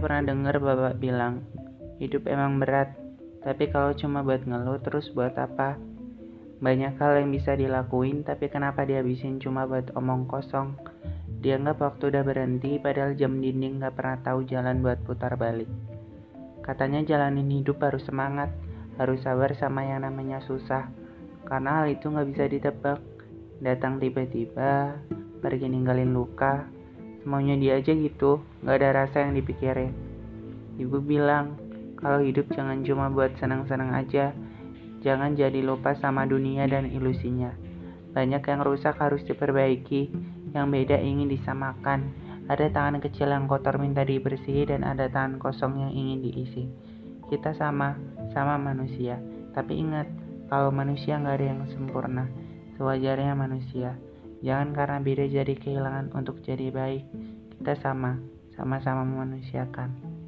pernah dengar bapak bilang, hidup emang berat, tapi kalau cuma buat ngeluh terus buat apa? Banyak hal yang bisa dilakuin, tapi kenapa dihabisin cuma buat omong kosong? Dianggap waktu udah berhenti, padahal jam dinding gak pernah tahu jalan buat putar balik. Katanya jalanin hidup harus semangat, harus sabar sama yang namanya susah. Karena hal itu gak bisa ditebak. Datang tiba-tiba, pergi ninggalin luka. Semaunya dia aja gitu, gak ada rasa yang dipikirin. Ibu bilang, kalau hidup jangan cuma buat senang-senang aja. Jangan jadi lupa sama dunia dan ilusinya. Banyak yang rusak harus diperbaiki, yang beda ingin disamakan. Ada tangan kecil yang kotor minta dibersihi dan ada tangan kosong yang ingin diisi. Kita sama manusia. Tapi ingat, kalau manusia gak ada yang sempurna. Sewajarnya manusia. Jangan karena beda jadi kehilangan untuk jadi baik. Kita sama-sama memanusiakan.